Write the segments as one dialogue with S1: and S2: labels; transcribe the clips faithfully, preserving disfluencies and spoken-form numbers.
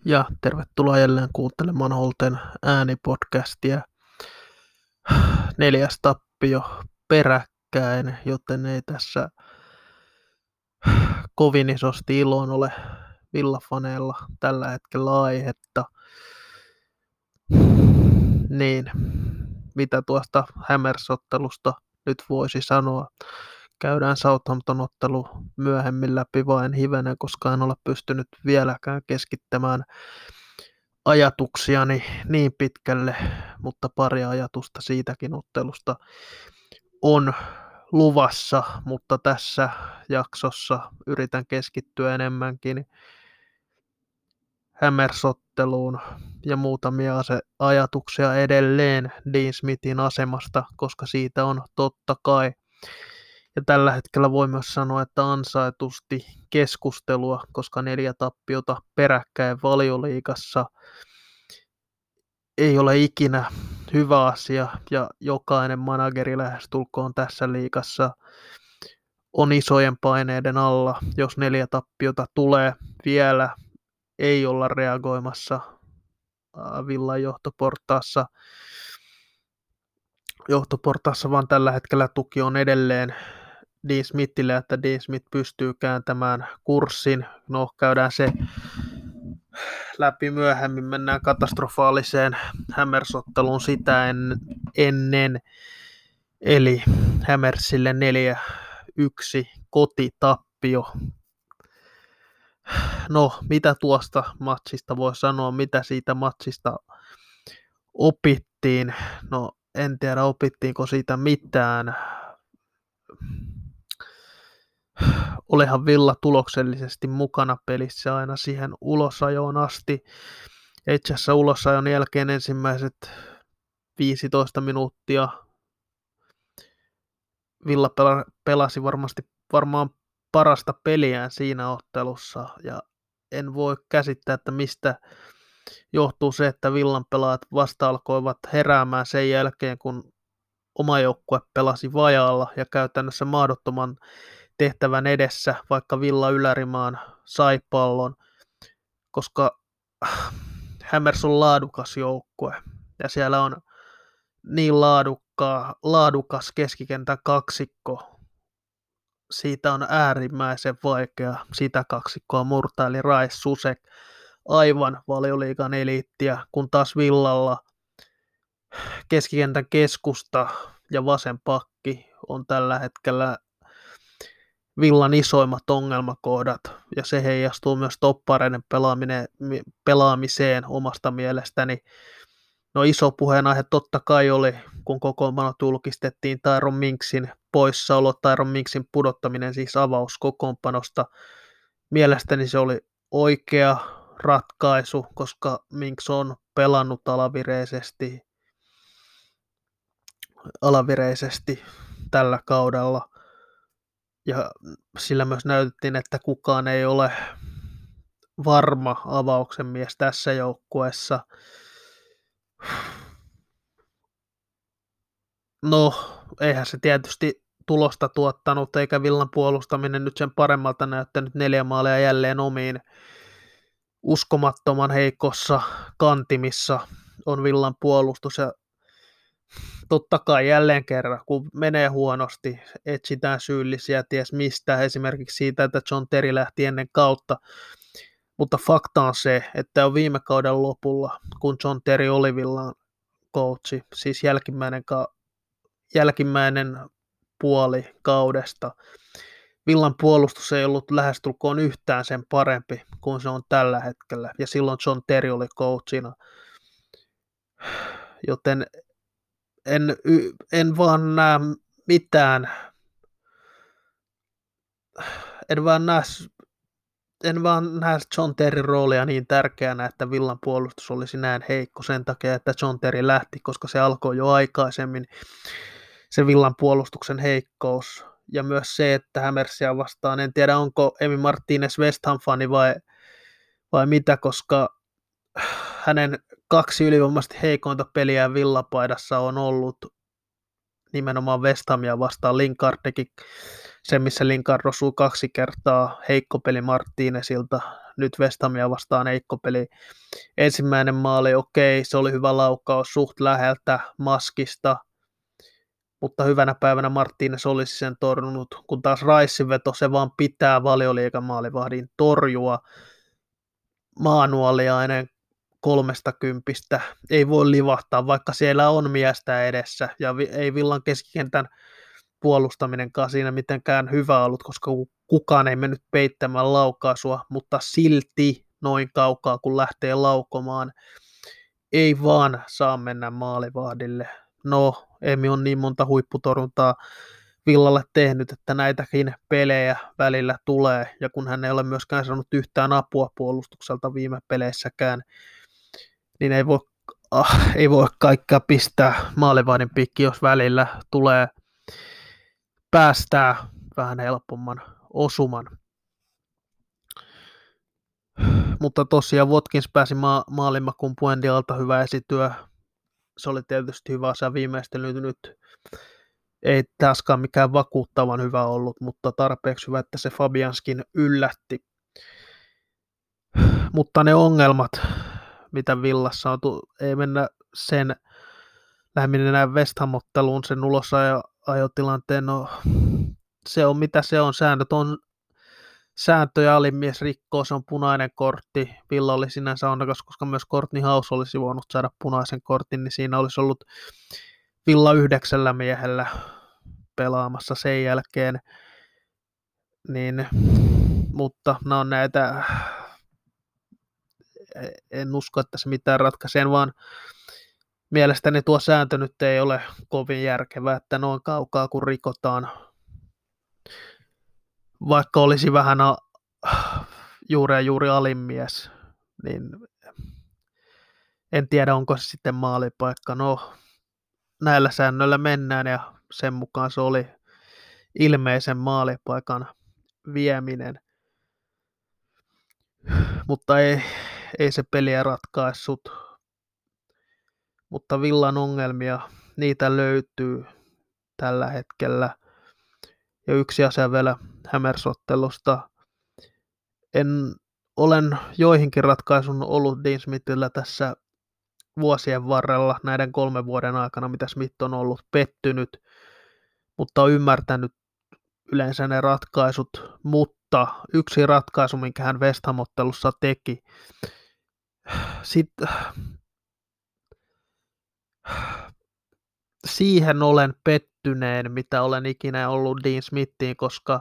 S1: Ja tervetuloa jälleen kuuntelemaan Holten äänipodcastia. Neljäs tappio peräkkäin, joten ei tässä kovin isosti iloon ole villafaneilla tällä hetkellä aihetta. Niin, mitä tuosta Hammers-ottelusta nyt voisi sanoa? Käydään Southampton-ottelu myöhemmin läpi vain hivenen, koska en ole pystynyt vieläkään keskittämään ajatuksiani niin pitkälle, mutta pari ajatusta siitäkin ottelusta on luvassa, mutta tässä jaksossa yritän keskittyä enemmänkin Hammers-otteluun ja muutamia ajatuksia edelleen Dean Smithin asemasta, koska siitä on totta kai. Ja tällä hetkellä voi myös sanoa, että ansaitusti keskustelua, koska neljä tappiota peräkkäin Valioliigassa ei ole ikinä hyvä asia, ja jokainen manageri lähestulkoon tässä liigassa on isojen paineiden alla, jos neljä tappiota tulee vielä, ei olla reagoimassa Villan johtoportaassa, johtoportaassa, vaan tällä hetkellä tuki on edelleen Dean Smithille, että Dean Smith pystyy kääntämään kurssin. No, käydään se läpi myöhemmin, mennään katastrofaaliseen Hammers-otteluun sitä en, ennen, eli Hammersille neljä yksi kotitappio. No, mitä tuosta matsista voi sanoa, mitä siitä matsista opittiin? No, en tiedä opittiinko siitä mitään. Olehan Villa tuloksellisesti mukana pelissä aina siihen ulosajoon asti. Itse asiassa ulosajon jälkeen ensimmäiset viisitoista minuuttia Villa pelasi varmasti varmaan parasta peliään siinä ottelussa, ja en voi käsittää, että mistä johtuu se, että Villan pelaajat vasta alkoivat heräämään sen jälkeen, kun oma joukkue pelasi vajaalla ja käytännössä mahdottoman tehtävän edessä, vaikka Villa Ylärimaan sai pallon, koska Hammers on laadukas joukkue ja siellä on niin laadukka, laadukas keskikentän kaksikko. Siitä on äärimmäisen vaikea sitä kaksikkoa murtaa, eli Rice, Susek, aivan Valioliigan eliittiä, kun taas Villalla keskikentän keskusta ja vasen pakki on tällä hetkellä Villan isoimmat ongelmakohdat, ja se heijastuu myös toppareiden pelaamiseen omasta mielestäni. No, iso puheenaihe totta kai oli, kun kokoonpanot julkistettiin, Tyrone Minksin poissaolo, Tyrone Minksin pudottaminen siis avauskokoonpanosta. Mielestäni se oli oikea ratkaisu, koska Minks on pelannut alavireisesti, alavireisesti tällä kaudella. Ja sillä myös näytettiin, että kukaan ei ole varma avauksen mies tässä joukkueessa. No, eihän se tietysti tulosta tuottanut, eikä Villan puolustaminen nyt sen paremmalta näyttänyt, neljä maalia jälleen omiin. Uskomattoman heikossa kantimissa on Villan puolustus, ja totta kai jälleen kerran, kun menee huonosti, etsitään syyllisiä ties mistä, esimerkiksi siitä, että John Terry lähti ennen kautta, mutta fakta on se, että on viime kauden lopulla, kun John Terry oli Villan coachi, siis jälkimmäinen, ka- jälkimmäinen puoli kaudesta, Villan puolustus ei ollut lähestulkoon yhtään sen parempi kuin se on tällä hetkellä, ja silloin John Terry oli coachina, joten en, en vaan näe mitään, en vaan näe, en vaan näe John Terryn roolia niin tärkeänä, että Villan puolustus olisi näin heikko sen takia, että John Terry lähti, koska se alkoi jo aikaisemmin, se Villan puolustuksen heikkous. Ja myös se, että Hammersia vastaan, en tiedä onko Emi Martinez West Ham-fani vai, vai mitä, koska hänen kaksi ylivoimaisesti heikointa peliä Villapaidassa on ollut nimenomaan West Hamia vastaan. Lingard teki se, missä Lingard osui kaksi kertaa, heikko peli Martinezilta, nyt West Hamia vastaan heikko peli. Ensimmäinen maali, okei, se oli hyvä laukaus suht läheltä maskista, mutta hyvänä päivänä Martinez olisi sen torjunut, kun taas Ricein veto, se vaan pitää Valioliigamaalivahdin torjua. Maanuoliainen kolmesta kympistä, ei voi livahtaa, vaikka siellä on miestä edessä, ja vi- ei Villan keskikentän puolustaminenkaan siinä mitenkään hyvä ollut, koska kukaan ei mennyt peittämään laukaisua, mutta silti noin kaukaa, kun lähtee laukomaan, ei vaan saa mennä maalivahdille. No, Emi on niin monta huipputorjuntaa Villalle tehnyt, että näitäkin pelejä välillä tulee, ja kun hän ei ole myöskään saanut yhtään apua puolustukselta viime peleissäkään, niin ei voi, ah, ei voi kaikkea pistää maalivahdin piikki, jos välillä tulee päästää vähän helpomman osuman. Mutta tosiaan Watkins pääsi ma- maailmakuun Buendialta, hyvä esityö. Se oli tietysti hyvä asia viimeistely nyt. Ei taaskaan mikään vakuuttavan hyvä ollut, mutta tarpeeksi hyvä, että se Fabianskin yllätti. Mutta ne ongelmat, mitä Villassa on, ei mennä sen lähemmin enää West Ham-otteluun, sen ulosajotilanteen, no se on mitä se on, säännöt on sääntöjä, alimies rikkoo, se on punainen kortti. Villa oli sinänsä onnekas, koska myös Courtney House olisi voinut saada punaisen kortin, niin siinä olisi ollut Villa yhdeksällä miehellä pelaamassa sen jälkeen. Niin, mutta nämä on näitä, en usko, että se mitään ratkaisee, vaan mielestäni tuo sääntö nyt ei ole kovin järkevä, että noin kaukaa kun rikotaan, vaikka olisi vähän a, juuri ja juuri alimmies, niin en tiedä, onko se sitten maalipaikka. No, näillä säännöillä mennään ja sen mukaan se oli ilmeisen maalipaikan vieminen. Mutta ei, ei se peliä ratkaissut. Mutta Villan ongelmia, niitä löytyy tällä hetkellä. Ja yksi asia vielä Hämersottelusta. En olen joihinkin ratkaisun ollut Dean Smithillä tässä vuosien varrella, näiden kolmen vuoden aikana, mitä Smith on ollut pettynyt, mutta on ymmärtänyt yleensä ne ratkaisut, mutta yksi ratkaisu, minkä hän West Ham-ottelussa teki, sitten siihen olen pettyneen, mitä olen ikinä ollut Dean Smithiin, koska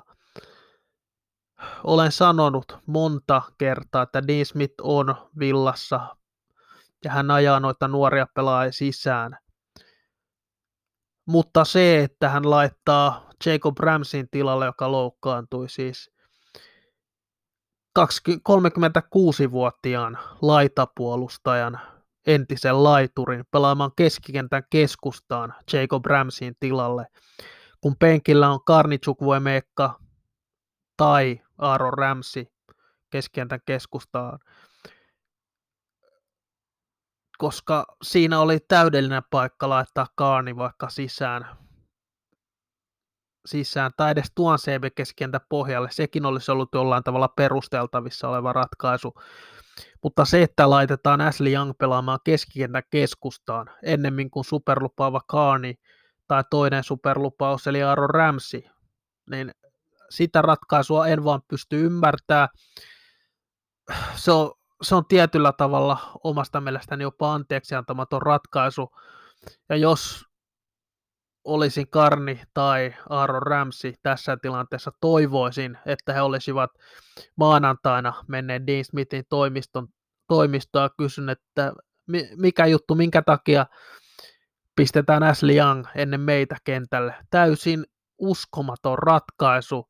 S1: olen sanonut monta kertaa, että Dean Smith on Villassa ja hän ajaa noita nuoria pelaajia sisään. Mutta se, että hän laittaa Jacob Ramseyn tilalle, joka loukkaantui siis kolmekymmentäkuusivuotiaan laitapuolustajan, entisen laiturin, pelaamaan keskikentän keskustaan Jacob Ramseyn tilalle, kun penkillä on Karni Chukwuemeka tai Aaron Ramsey keskikentän keskustaan, koska siinä oli täydellinen paikka laittaa Karni vaikka sisään, sisään tai edes tuon C B keskikentän pohjalle, sekin olisi ollut jollain tavalla perusteltavissa oleva ratkaisu. Mutta se, että laitetaan Ashley Young pelaamaan keskikentän keskustaan ennemmin kuin superlupaava Carney tai toinen superlupaus eli Aaron Ramsey, niin sitä ratkaisua en vaan pysty ymmärtämään. Se on, se on tietyllä tavalla omasta mielestäni jopa anteeksi antamaton ratkaisu. Ja jos olisin Karni tai Aaron Ramsey tässä tilanteessa, toivoisin, että he olisivat maanantaina menneet Dean Smithin toimiston, toimistoon ja kysyn, että mikä juttu, minkä takia pistetään Ashley Young ennen meitä kentälle. Täysin uskomaton ratkaisu.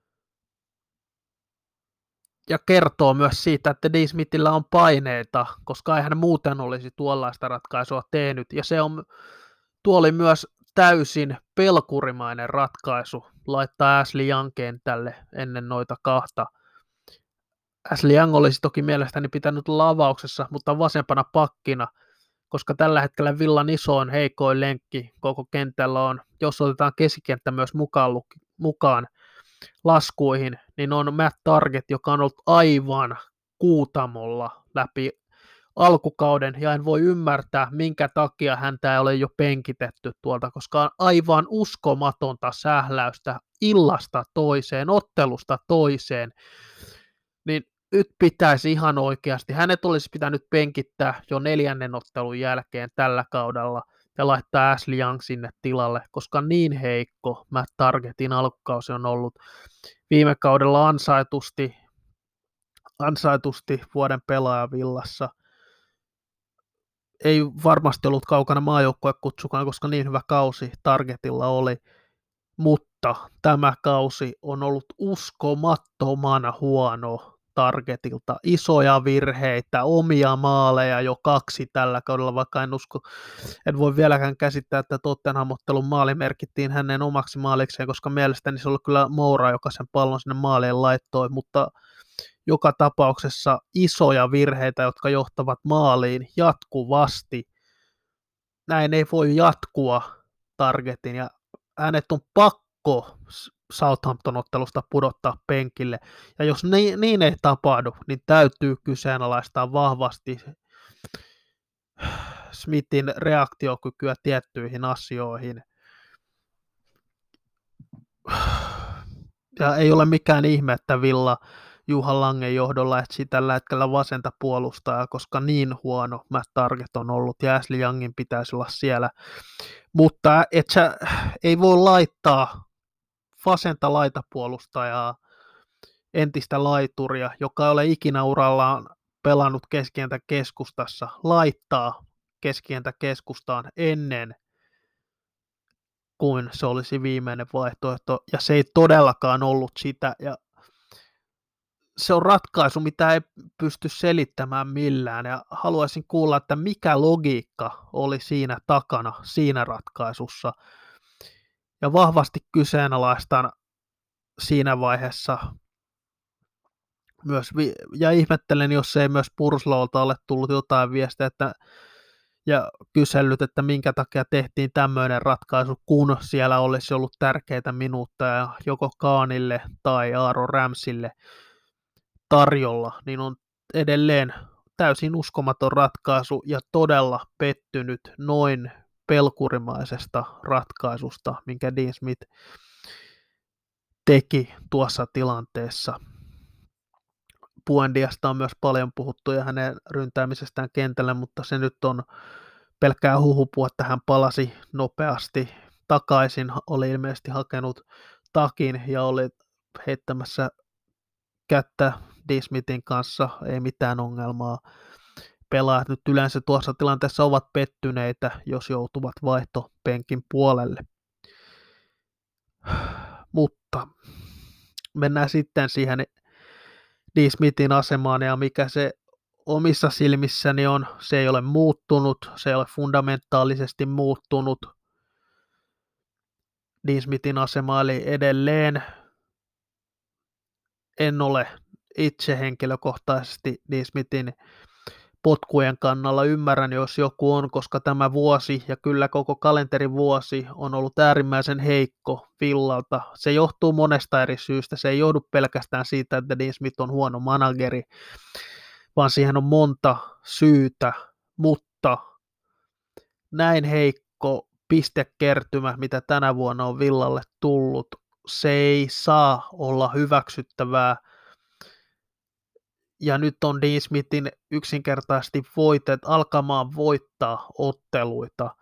S1: Ja kertoo myös siitä, että Dean Smithillä on paineita, koska ei hän muuten olisi tuollaista ratkaisua tehnyt. Ja se on, tuo oli myös täysin pelkurimainen ratkaisu laittaa Ashley Young kentälle ennen noita kahta. Ashley Young olisi toki mielestäni pitänyt lavauksessa, mutta vasempana pakkina, koska tällä hetkellä Villan isoin heikoin lenkki koko kentällä on, jos otetaan keskikenttä myös mukaan, mukaan laskuihin, niin on Matt Target, joka on ollut aivan kuutamolla läpi alkukauden, ja en voi ymmärtää, minkä takia häntä ei ole jo penkitetty tuolta, koska on aivan uskomatonta sähläystä illasta toiseen, ottelusta toiseen, niin nyt pitäisi ihan oikeasti, hänet olisi pitänyt penkittää jo neljännen ottelun jälkeen tällä kaudella ja laittaa Ashley Young sinne tilalle, koska niin heikko Matt Targetin alkukausi on ollut viime kaudella ansaitusti, ansaitusti vuoden pelaajavillassa. Ei varmasti ollut kaukana maajoukkuekutsukaan, koska niin hyvä kausi Targetilla oli, mutta tämä kausi on ollut uskomattoman huono Targetilta. Isoja virheitä, omia maaleja, jo kaksi tällä kaudella, vaikka en usko, en voi vieläkään käsittää, että Tottenham-ottelun maali merkittiin hänen omaksi maalikseen, koska mielestäni se oli kyllä Moura, joka sen pallon sinne maaliin laittoi, mutta joka tapauksessa isoja virheitä, jotka johtavat maaliin jatkuvasti. Näin ei voi jatkua Targetin, ja hänet on pakko Southampton-ottelusta pudottaa penkille. Ja jos niin, niin ei tapahdu, niin täytyy kyseenalaistaa vahvasti Smithin reaktiokykyä tiettyihin asioihin. Ja ei ole mikään ihme, että Villa Juha Langen johdolla etsii tällä hetkellä vasenta puolustajaa, koska niin huono Matt Target on ollut, ja Ashley Youngin pitäisi olla siellä. Mutta et sä, ei voi laittaa vasenta laitapuolustajaa, entistä laituria, joka ei ole ikinä urallaan pelannut keskientä keskustassa, laittaa keskientä keskustaan ennen kuin se olisi viimeinen vaihtoehto, ja se ei todellakaan ollut sitä, ja se on ratkaisu, mitä ei pysty selittämään millään, ja haluaisin kuulla, että mikä logiikka oli siinä takana, siinä ratkaisussa, ja vahvasti kyseenalaistan siinä vaiheessa myös, ja ihmettelen, jos ei myös Purslolta ole tullut jotain viestiä, että, ja kysellyt, että minkä takia tehtiin tämmöinen ratkaisu, kun siellä olisi ollut tärkeitä minuutteja joko Kaanille tai Aaron Ramsille tarjolla, niin on edelleen täysin uskomaton ratkaisu ja todella pettynyt noin pelkurimaisesta ratkaisusta, minkä Dean Smith teki tuossa tilanteessa. Buendiasta on myös paljon puhuttu ja hänen ryntäämisestään kentälle, mutta se nyt on pelkkää huhupua, että hän palasi nopeasti takaisin, oli ilmeisesti hakenut takin ja oli heittämässä kättä Dean Smithin kanssa, ei mitään ongelmaa. Pelaajat nyt yleensä tuossa tilanteessa ovat pettyneitä, jos joutuvat vaihtopenkin puolelle. Mutta mennään sitten siihen Dean Smithin asemaan, ja mikä se omissa silmissäni on, se ei ole muuttunut, se ei ole fundamentaalisesti muuttunut. Dean Smithin asema, eli edelleen en ole itse henkilökohtaisesti Dean Smithin potkujen kannalla, ymmärrän jos joku on, koska tämä vuosi ja kyllä koko kalenterivuosi on ollut äärimmäisen heikko Villalta. Se johtuu monesta eri syystä, se ei johdu pelkästään siitä, että Dean Smith on huono manageri, vaan siihen on monta syytä, mutta näin heikko pistekertymä, mitä tänä vuonna on Villalle tullut, se ei saa olla hyväksyttävää. Ja nyt on Dean Smithin yksinkertaisesti voitet alkamaan voittaa otteluita.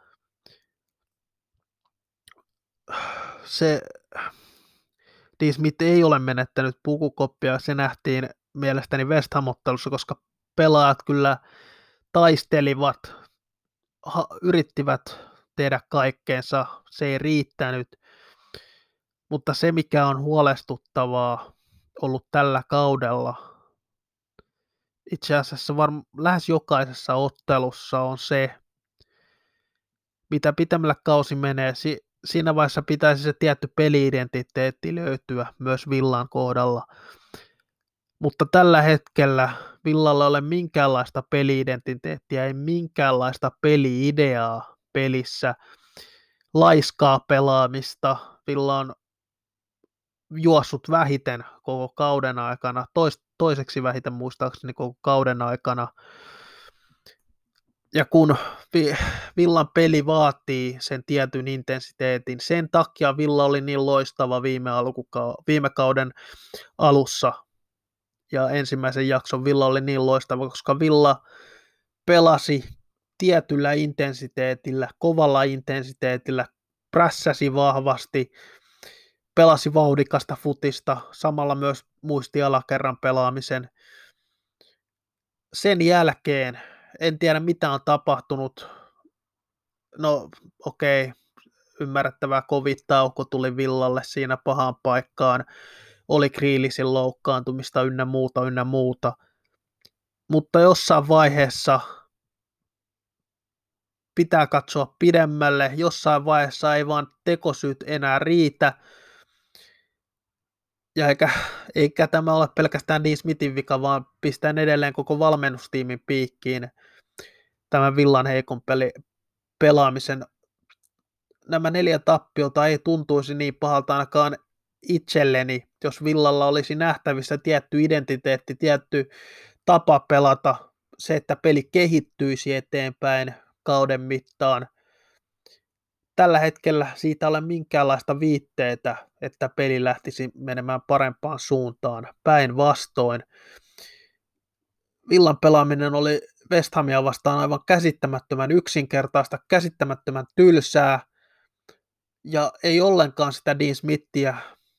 S1: Se Dean Smith ei ole menettänyt pukukoppia, se nähtiin mielestäni West Ham-ottelussa, koska pelaajat kyllä taistelivat, ha, yrittivät tehdä kaikkeensa, se ei riittänyt. Mutta se, mikä on huolestuttavaa ollut tällä kaudella, itse asiassa varm- lähes jokaisessa ottelussa on se, mitä pitämällä kausi menee, si- siinä vaiheessa pitäisi se tietty peli-identiteetti löytyä myös Villan kohdalla. Mutta tällä hetkellä Villalla ei ole minkäänlaista peli-identiteettiä, ei minkäänlaista peli-ideaa pelissä, laiskaa pelaamista. Villa on juossut vähiten koko kauden aikana, tois, toiseksi vähiten muistaakseni koko kauden aikana. Ja kun Villan peli vaatii sen tietyn intensiteetin, sen takia Villa oli niin loistava viime, alkuka- viime kauden alussa ja ensimmäisen jakson Villa oli niin loistava, koska Villa pelasi tietyllä intensiteetillä, kovalla intensiteetillä, prässäsi vahvasti, pelasi vauhdikasta futista, samalla myös muisti alakerran pelaamisen. Sen jälkeen en tiedä mitä on tapahtunut. No okei, okay, ymmärrettävää covid-tauko tuli Villalle siinä pahaan paikkaan. Oli Grealishin loukkaantumista ynnä muuta, ynnä muuta. Mutta jossain vaiheessa pitää katsoa pidemmälle. Jossain vaiheessa ei vaan tekosyyt enää riitä. Ja eikä, eikä tämä ole pelkästään Dean Smithin vika, vaan pistän edelleen koko valmennustiimin piikkiin tämän Villan heikon peli, pelaamisen. Nämä neljä tappiota ei tuntuisi niin pahalta ainakaan itselleni, jos Villalla olisi nähtävissä tietty identiteetti, tietty tapa pelata, se, että peli kehittyisi eteenpäin kauden mittaan. Tällä hetkellä siitä ei ole minkäänlaista viitteitä, että peli lähtisi menemään parempaan suuntaan. Päinvastoin. Villan pelaaminen oli West Hamia vastaan aivan käsittämättömän yksinkertaista, käsittämättömän tylsää, ja ei ollenkaan sitä Dean Smithia,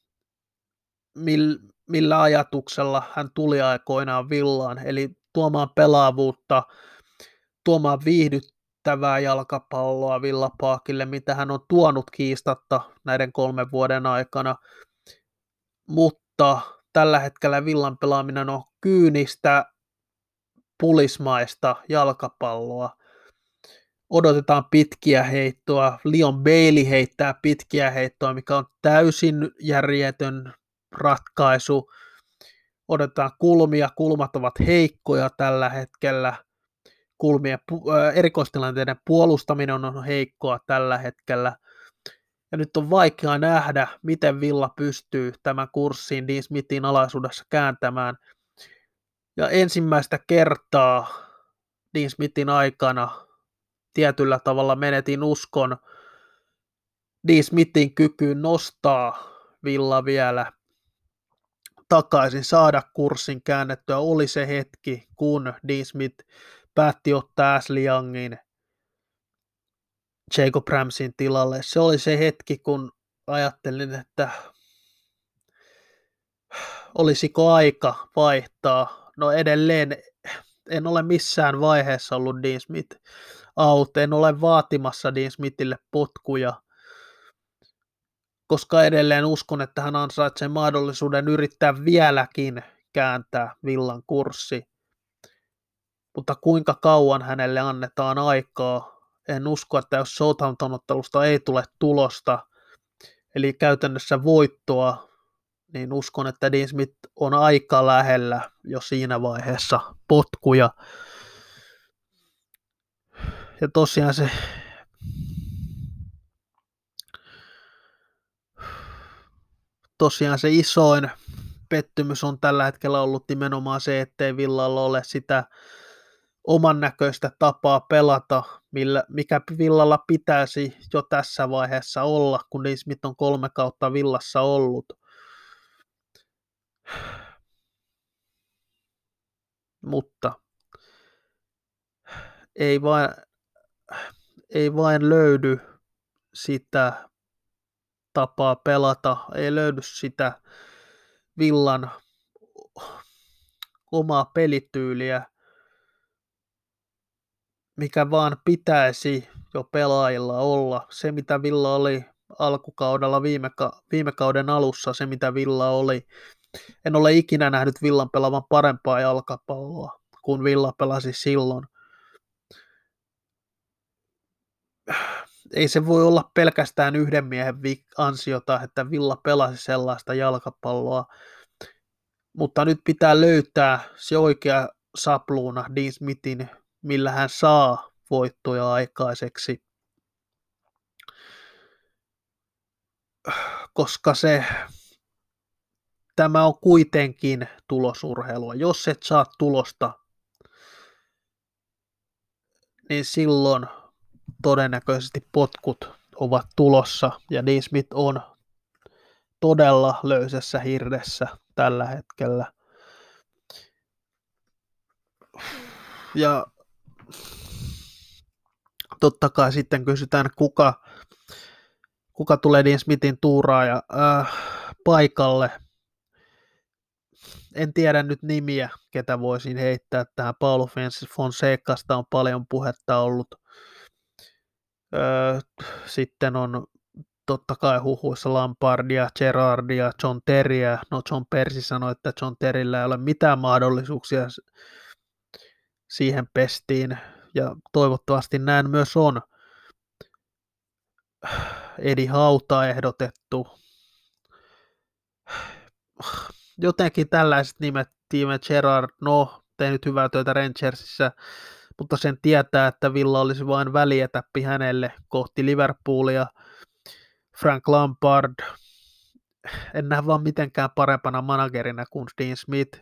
S1: millä ajatuksella hän tuli aikoinaan Villaan, eli tuomaan pelaavuutta, tuomaan viihdyttävää jalkapalloa Villa Parkille, mitä hän on tuonut kiistatta näiden kolmen vuoden aikana, mutta tällä hetkellä Villan pelaaminen on kyynistä, pulismaista jalkapalloa. Odotetaan pitkiä heittoa, Leon Bailey heittää pitkiä heittoa, mikä on täysin järjetön ratkaisu. Odotetaan kulmia, kulmat ovat heikkoja tällä hetkellä. Kulmien, erikoistilanteiden puolustaminen on heikkoa tällä hetkellä. Ja nyt on vaikea nähdä, miten Villa pystyy tämän kurssin Dean Smithin alaisuudessa kääntämään. Ja ensimmäistä kertaa Dean Smithin aikana tietyllä tavalla menetin uskon Dean Smithin kykyyn nostaa Villa vielä takaisin, saada kurssin käännettyä. Oli se hetki, kun Dean Smith päätti ottaa Ashley Youngin Jacob Ramsin tilalle. Se oli se hetki, kun ajattelin, että olisiko aika vaihtaa. No edelleen en ole missään vaiheessa ollut Dean Smith out, en ole vaatimassa Dean Smithille potkuja, koska edelleen uskon, että hän ansaitsee mahdollisuuden yrittää vieläkin kääntää Villan kurssi. Mutta kuinka kauan hänelle annetaan aikaa? En usko, että jos Southampton-ottelusta ei tule tulosta, eli käytännössä voittoa, niin uskon, että Dean Smith on aika lähellä jo siinä vaiheessa potkuja. Ja tosiaan se tosiaan se isoin pettymys on tällä hetkellä ollut nimenomaan se, ettei Villalla ole sitä oman näköistä tapaa pelata, millä, mikä Villalla pitäisi jo tässä vaiheessa olla, kun Dean Smith on kolme kautta Villassa ollut. Mutta ei vain, ei vain löydy sitä tapaa pelata, ei löydy sitä Villan omaa pelityyliä, mikä vaan pitäisi jo pelaajilla olla. Se, mitä Villa oli alkukaudella viime, ka- viime kauden alussa, se, mitä Villa oli. En ole ikinä nähnyt Villan pelaavan parempaa jalkapalloa, kuin Villa pelasi silloin. Ei se voi olla pelkästään yhden miehen ansiota, että Villa pelasi sellaista jalkapalloa, mutta nyt pitää löytää se oikea sapluuna Dean Smithin, millä hän saa voittoja aikaiseksi, koska se tämä on kuitenkin tulosurheilua. Jos et saa tulosta, niin silloin todennäköisesti potkut ovat tulossa, ja Dean Smith on todella löysässä hirdessä tällä hetkellä. Ja totta kai sitten kysytään, kuka, kuka tulee Dean Smithin tuuraaja äh, paikalle. En tiedä nyt nimiä, ketä voisin heittää tähän. Paulo Fonsecasta on paljon puhetta ollut. Öö, sitten on totta kai huhuissa Lampardia, Gerardia, John Terryä. No John Persi sanoi, että John Terryllä ei ole mitään mahdollisuuksia siihen pestiin, ja toivottavasti näin myös on. Eddie Hauta ehdotettu. Jotenkin tällaiset nimet, Steven Gerrard, no, tehnyt hyvää työtä Rangersissa, mutta sen tietää, että Villa olisi vain välietäppi hänelle kohti Liverpoolia. Frank Lampard, en näe vaan mitenkään parempana managerina kuin Dean Smith.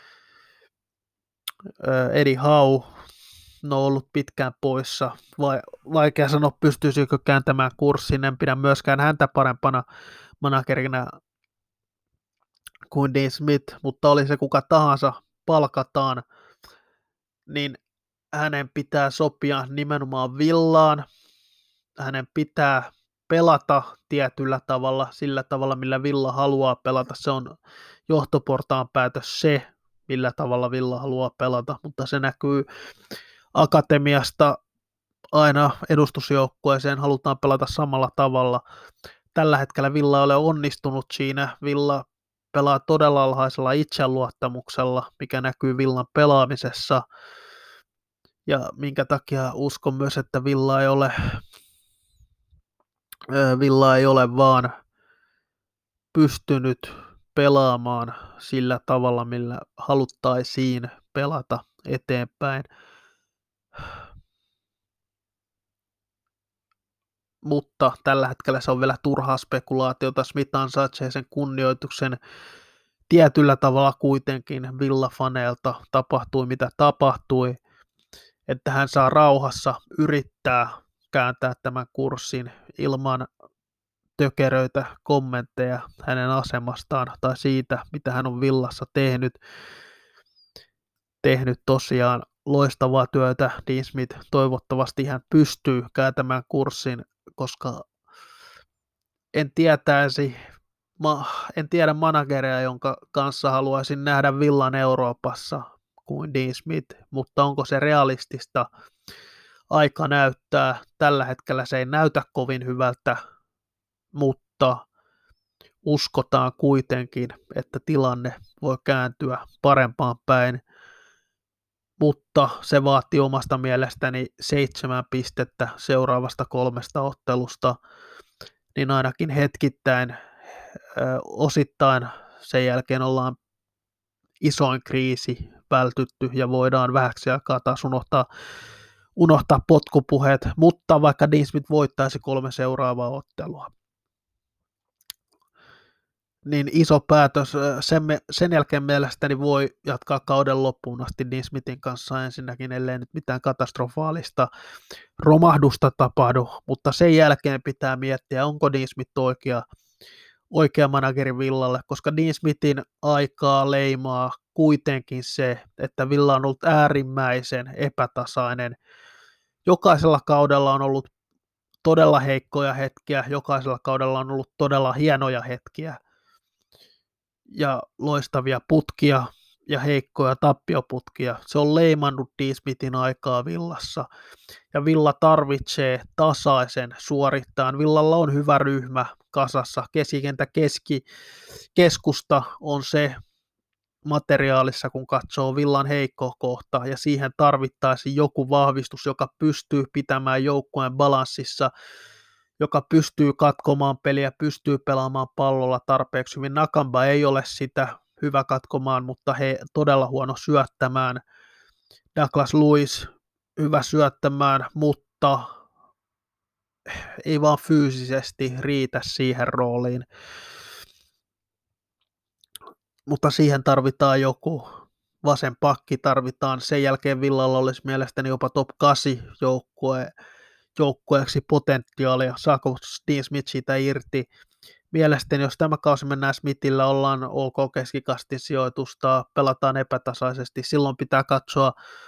S1: Eddie Howe, no ollut pitkään poissa. Vaikea sanoa, pystyisikö kääntämään kurssin. En pidä myöskään häntä parempana managerina kuin Dean Smith, mutta oli se kuka tahansa palkataan, niin hänen pitää sopia nimenomaan Villaan. Hänen pitää pelata tietyllä tavalla, sillä tavalla, millä Villa haluaa pelata. Se on johtoportaan päätös se, millä tavalla Villa haluaa pelata, mutta se näkyy akatemiasta aina edustusjoukkueeseen, halutaan pelata samalla tavalla. Tällä hetkellä Villa ei ole onnistunut siinä. Villa pelaa todella alhaisella itseluottamuksella, mikä näkyy Villan pelaamisessa, ja minkä takia uskon myös, että Villa ei ole, Villa ei ole vaan pystynyt pelaamaan sillä tavalla, millä haluttaisiin pelata eteenpäin. Mutta tällä hetkellä se on vielä turhaa spekulaatiota. Smith ansaitsee sen kunnioituksen tietyllä tavalla kuitenkin Villa-faneilta. Tapahtui mitä tapahtui, että hän saa rauhassa yrittää kääntää tämän kurssin ilman tökeröitä kommentteja hänen asemastaan tai siitä, mitä hän on Villassa tehnyt. Tehnyt tosiaan loistavaa työtä Dean Smith. Toivottavasti hän pystyy kääntämään kurssin, koska en tietäisi, ma, en tiedä manageria, jonka kanssa haluaisin nähdä Villan Euroopassa kuin Dean Smith, mutta onko se realistista? Aika näyttää. Tällä hetkellä se ei näytä kovin hyvältä, mutta uskotaan kuitenkin, että tilanne voi kääntyä parempaan päin. Mutta se vaatii omasta mielestäni seitsemän pistettä seuraavasta kolmesta ottelusta, niin ainakin hetkittäin, ö, osittain sen jälkeen ollaan isoin kriisi vältytty ja voidaan vähäksi aikaa taas unohtaa, unohtaa potkupuheet, mutta vaikka Dean Smith voittaisi kolme seuraavaa ottelua, niin iso päätös. Sen, sen jälkeen mielestäni voi jatkaa kauden loppuun asti Dean Smithin kanssa ensinnäkin, ellei nyt mitään katastrofaalista romahdusta tapahdu, mutta sen jälkeen pitää miettiä, onko Dean Smith oikea, oikea manageri Villalle, koska Dean Smithin aikaa leimaa kuitenkin se, että Villa on ollut äärimmäisen epätasainen. Jokaisella kaudella on ollut todella heikkoja hetkiä, jokaisella kaudella on ollut todella hienoja hetkiä ja loistavia putkia ja heikkoja tappioputkia. Se on leimannut Dean Smithin aikaa Villassa, ja Villa tarvitsee tasaisen suorittajan. Villalla on hyvä ryhmä kasassa. Keskikentä keski, keskusta on se materiaalissa, kun katsoo Villan heikko kohta, ja siihen tarvittaisiin joku vahvistus, joka pystyy pitämään joukkueen balanssissa, joka pystyy katkomaan peliä, pystyy pelaamaan pallolla tarpeeksi hyvin. Nakamba ei ole sitä hyvä katkomaan, mutta he todella huono syöttämään. Douglas Lewis hyvä syöttämään, mutta ei vaan fyysisesti riitä siihen rooliin. mutta siihen tarvitaan joku vasen pakki tarvitaan. Sen jälkeen Villalla olisi mielestäni jopa top kahdeksan joukkue, joukkueeksi potentiaalia. Saako Dean Smith siitä irti? Mielestäni, jos tämä kausi mennään Smithillä, ollaan ok keskikastin sijoitusta, pelataan epätasaisesti, silloin pitää katsoa,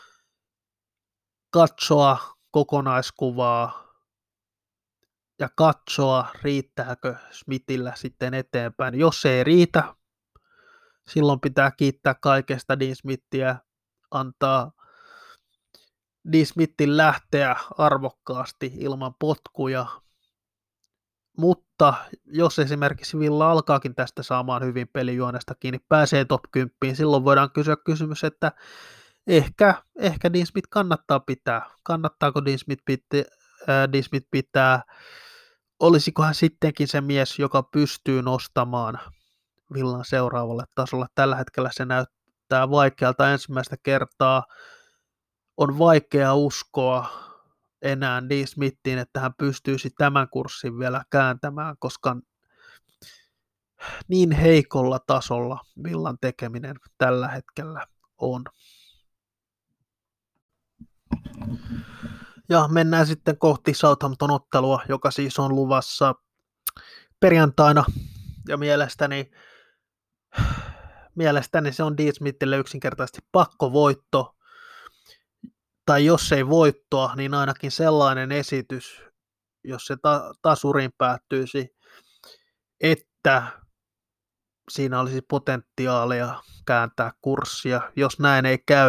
S1: katsoa kokonaiskuvaa ja katsoa, riittääkö Smithillä sitten eteenpäin. Jos ei riitä, silloin pitää kiittää kaikesta Dean Smithia, antaa Dean Smithin lähteä arvokkaasti ilman potkuja, mutta jos esimerkiksi Villa alkaakin tästä saamaan hyvin pelijuonesta kiinni, pääsee top kymmenen, silloin voidaan kysyä kysymys, että ehkä, ehkä Dean Smith kannattaa pitää. Kannattaako Dean Smith, pitää, äh, Dean Smith pitää? Olisiko hän sittenkin se mies, joka pystyy nostamaan Villan seuraavalle tasolle? Tällä hetkellä se näyttää vaikealta ensimmäistä kertaa. On vaikea uskoa enää Dean Smithiin, että hän pystyisi tämän kurssin vielä kääntämään, koska niin heikolla tasolla Villan tekeminen tällä hetkellä on. Ja mennään sitten kohti Southampton-ottelua, joka siis on luvassa perjantaina. Ja mielestäni, mielestäni se on Dean Smithille yksinkertaisesti pakkovoitto. Tai jos ei voittoa, niin ainakin sellainen esitys, jos se ta- tasuriin päättyisi, että siinä olisi potentiaalia kääntää kurssia. Jos näin ei käy,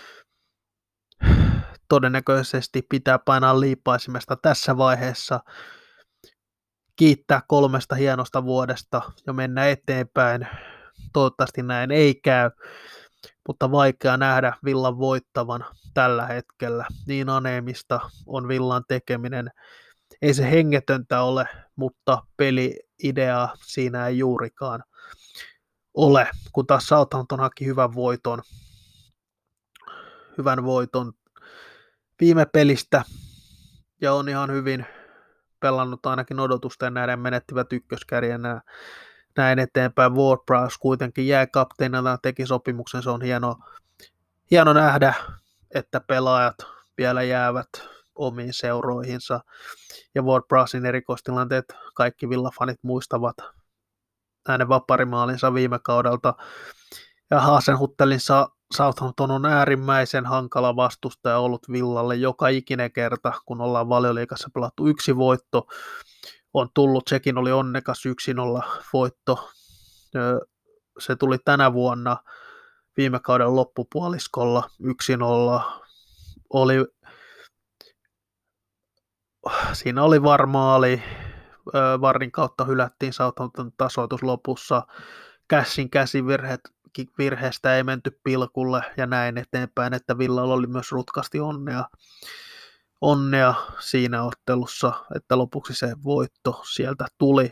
S1: todennäköisesti pitää painaa liipaisimesta tässä vaiheessa, kiittää kolmesta hienosta vuodesta ja mennä eteenpäin. Toivottavasti näin ei käy, mutta vaikea nähdä Villan voittavan tällä hetkellä. Niin aneemista on Villan tekeminen. Ei se hengetöntä ole, mutta peli-idea siinä ei juurikaan ole, kun taas Southampton haki hyvän voiton, hyvän voiton viime pelistä ja on ihan hyvin pelannut ainakin odotusten näiden menettivät ykköskärjen näin eteenpäin. Ward-Prowse kuitenkin jäi kapteenina, teki sopimuksen, se on hieno, hieno nähdä, että pelaajat vielä jäävät omiin seuroihinsa ja Ward-Prowsen erikoistilanteet kaikki Villa-fanit muistavat hänen vaparimaalinsa viime kaudelta ja Hasenhuttelin Southampton on äärimmäisen hankala vastustaja ollut Villalle joka ikinen kerta, kun ollaan Valioliigassa pelattu yksi voitto. On tullut, sekin oli onnekas yksi nolla voitto. Se tuli tänä vuonna viime kauden loppupuoliskolla yksi nolla. Oli, siinä oli varmaali, Varrin kautta hylättiin Southampton tasoitus lopussa. Cashin käsivirheet virheestä ei menty pilkulle ja näin eteenpäin, että Villalla oli myös rutkasti onnea, onnea siinä ottelussa, että lopuksi se voitto sieltä tuli.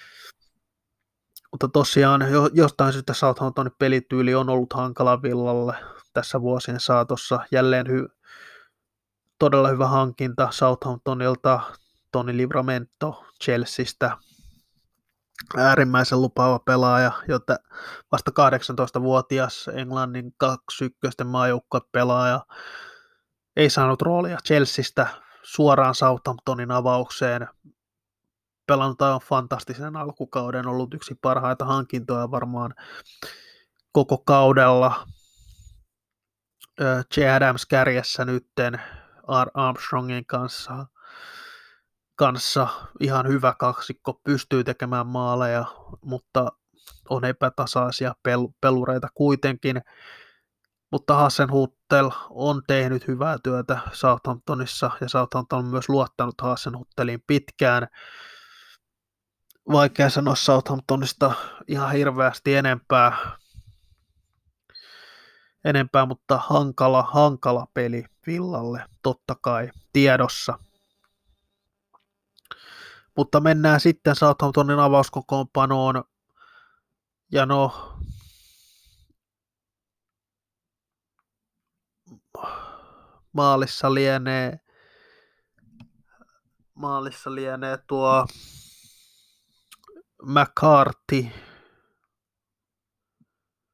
S1: Mutta tosiaan jostain syystä Southamptonin pelityyli on ollut hankala Villalle tässä vuosien saatossa. Jälleen hy- todella hyvä hankinta Southamptonilta, Toni Livramento Chelseastä. Äärimmäisen lupaava pelaaja, jota vasta kahdeksantoistavuotias Englannin kaksi ykkösten maajoukkuepelaaja ei saanut roolia Chelseastä suoraan Southamptonin avaukseen. Pelannut aivan fantastisen alkukauden, ollut yksi parhaita hankintoja varmaan koko kaudella. J. Adams kärjessä nytten Armstrongin kanssa. kanssa ihan hyvä kaksikko, pystyy tekemään maaleja, mutta on epätasaisia pel- pelureita kuitenkin. Mutta Hasenhuttel on tehnyt hyvää työtä Southamptonissa ja Southampton on myös luottanut Hasenhutteliin pitkään. Vaikea sanoa Southamptonista ihan hirveästi enempää, enempää mutta hankala, hankala peli Villalle totta kai tiedossa. Mutta mennään sitten Southamptonin avauskokoonpanoon. Ja no, maalissa lienee, maalissa lienee tuo McCarthy.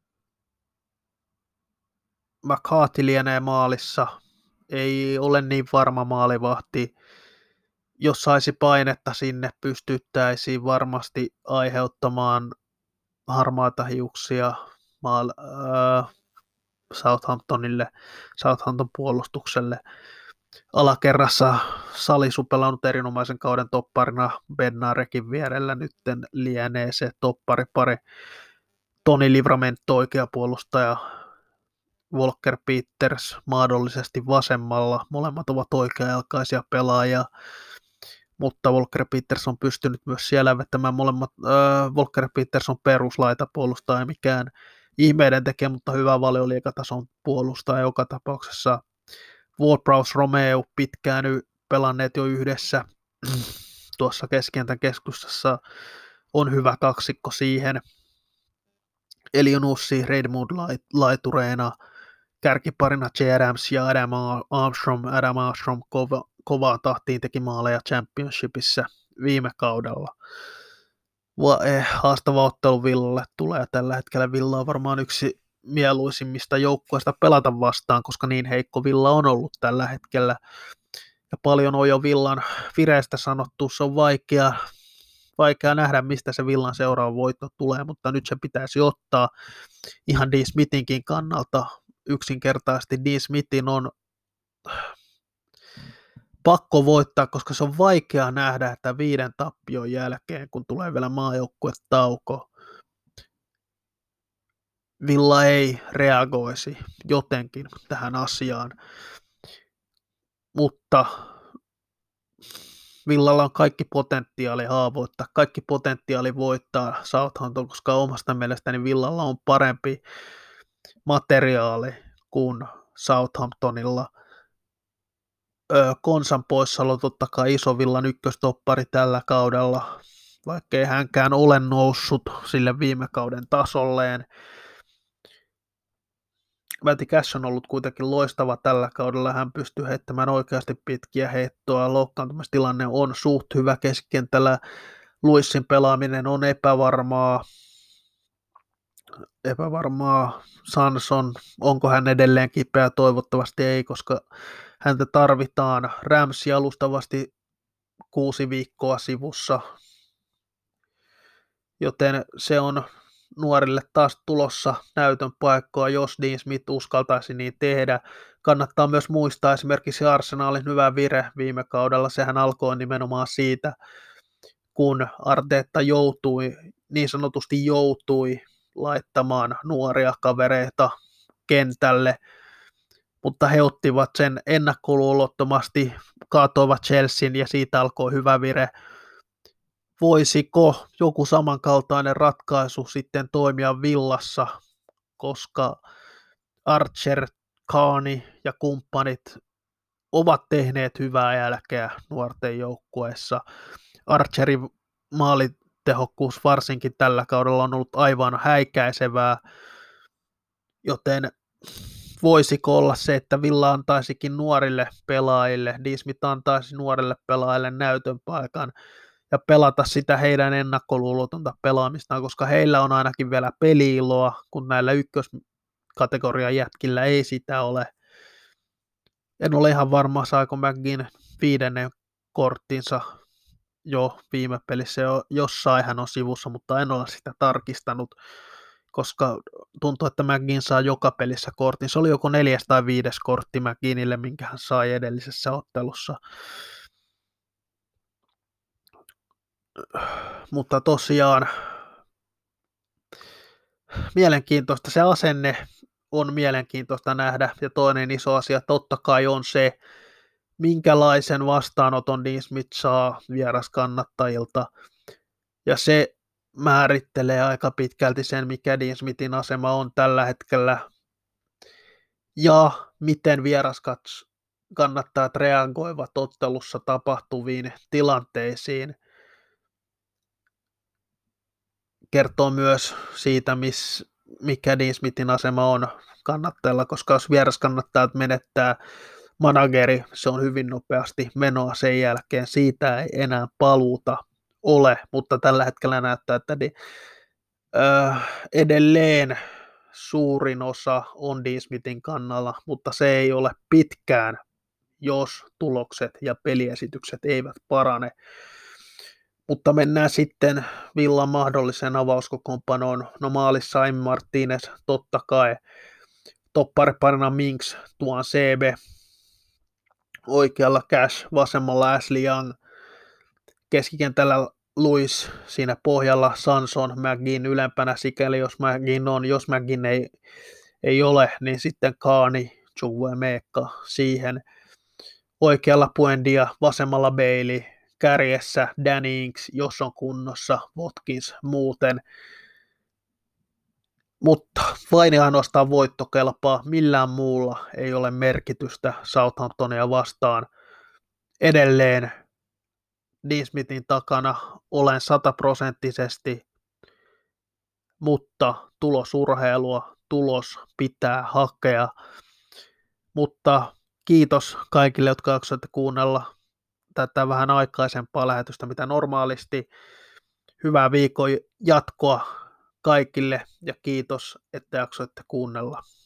S1: McCarthy lienee maalissa, ei ole niin varma maalivahti. Jos saisi painetta sinne, pystyttäisiin varmasti aiheuttamaan harmaata hiuksia maal, äh, Southamptonille, Southampton puolustukselle. Alakerrassa Salisu pelannut erinomaisen kauden topparina Bennarekin vierellä, nytten lienee se topparipari. Toni Livramento oikea puolustaja, Walker Peters mahdollisesti vasemmalla. Molemmat ovat oikeajalkaisia pelaajia, mutta Walker Peters on pystynyt myös siellä vetämään molemmat. Äh, Walker Peters on peruslaitapuolustaja, ei mikään ihmeiden tekijä, mutta hyvä valioliigatason puolustaja joka tapauksessa. Ward-Prowse Romeo pitkään pelanneet jo yhdessä tuossa keskentän keskustassa on hyvä kaksikko siihen. Elionussi Redmond laitureena, kärkiparina J. Adams ja Adam Armstrong. Adam Armstrong kova, kovaa tahtiin teki maaleja Championshipissa viime kaudella. Va, eh, haastava ottelu Villalle tulee tällä hetkellä. Villa on varmaan yksi mieluisimmista joukkueista pelata vastaan, koska niin heikko Villa on ollut tällä hetkellä. Ja paljon on jo Villan vireistä sanottu, se on vaikea, vaikea nähdä, mistä se Villan seuraava voitto tulee, mutta nyt se pitäisi ottaa ihan Dean Smithinkin kannalta yksinkertaisesti. Dean Smithin on pakko voittaa, koska se on vaikea nähdä, että viiden tappion jälkeen, kun tulee vielä maajoukkuetauko, Villa ei reagoisi jotenkin tähän asiaan, mutta Villalla on kaikki potentiaali haavoittaa, kaikki potentiaali voittaa Southampton, koska omasta mielestäni Villalla on parempi materiaali kuin Southamptonilla. Öö, Konsan poissaolo totta kai iso Villan ykköstoppari tällä kaudella, vaikkei hänkään ole noussut sille viime kauden tasolleen. Matty Cash on ollut kuitenkin loistava tällä kaudella, hän pystyy heittämään oikeasti pitkiä heittoa, loukkaantumistilanne on suht hyvä keskikentällä, Luissin pelaaminen on epävarmaa, epävarmaa, Sanson, onko hän edelleen kipeä, toivottavasti ei, koska häntä tarvitaan. Ramsey alustavasti kuusi viikkoa sivussa, joten se on nuorille taas tulossa näytön paikkoa, jos Dean Smith uskaltaisi niin tehdä. Kannattaa myös muistaa esimerkiksi Arsenalin hyvä vire viime kaudella, sehän alkoi nimenomaan siitä, kun Arteta joutui, niin sanotusti joutui laittamaan nuoria kavereita kentälle, mutta he ottivat sen ennakkoluulottomasti, kaatoivat Chelsean ja siitä alkoi hyvä vire. Voisiko joku samankaltainen ratkaisu sitten toimia Villassa, koska Archer, Carney ja kumppanit ovat tehneet hyvää jälkeä nuorten joukkueessa. Archerin maalitehokkuus varsinkin tällä kaudella on ollut aivan häikäisevää, joten voisiko olla se, että Villa antaisikin nuorille pelaajille, Dean Smith antaisi nuorille pelaajille näytön paikan ja pelata sitä heidän ennakkoluulotonta pelaamistaan, koska heillä on ainakin vielä peli-iloa, kun näillä ykköskategorian jätkillä ei sitä ole. En ole ihan varma, saako McGinn viidennen korttinsa jo viime pelissä, jo jossain hän on sivussa, mutta en ole sitä tarkistanut, koska tuntuu, että McGinn saa joka pelissä kortin. Se oli joko neljäs tai viides kortti McGinnille, minkä hän sai edellisessä ottelussa. Mutta tosiaan mielenkiintoista, se asenne on mielenkiintoista nähdä, ja toinen iso asia totta kai on se, minkälaisen vastaanoton Dean Smith saa vieraskannattajilta, ja se määrittelee aika pitkälti sen, mikä Dean Smithin asema on tällä hetkellä, ja miten vieraskannattajat reagoivat ottelussa tapahtuviin tilanteisiin. Kertoo myös siitä, miss, mikä Dean Smithin asema on kannattajalla, koska jos vieraskannattajat menettää manageri, se on hyvin nopeasti menoa sen jälkeen, siitä ei enää paluuta ole, mutta tällä hetkellä näyttää, että de, ö, edelleen suurin osa on Dean Smithin kannalla, mutta se ei ole pitkään, jos tulokset ja peliesitykset eivät parane. Mutta mennään sitten Villan mahdolliseen avauskokoonpanoon. No maalissa Emi Martinez, totta kai. Toppariparina Minks, Tuan Sebe. Oikealla Cash, vasemmalla Ashley Young. Keskikentällä Luis, siinä pohjalla Sanson, McGinn ylempänä sikäli, jos McGinn on. Jos McGinn ei, ei ole, niin sitten Kaani, Chukwuemeka siihen. Oikealla Buendia, vasemmalla Bailey. Kärjessä Danny Ings, jos on kunnossa, Watkins muuten. Mutta vain ja ainoastaan voitto kelpaa, millään muulla ei ole merkitystä Southamptonia vastaan. Edelleen Dean Smithin takana olen sataprosenttisesti, mutta tulosurheilua, tulos pitää hakea. Mutta kiitos kaikille, jotka jaksoitte kuunnella tätä vähän aikaisempaa lähetystä, mitä normaalisti. Hyvää viikon jatkoa kaikille ja kiitos, että jaksoitte kuunnella.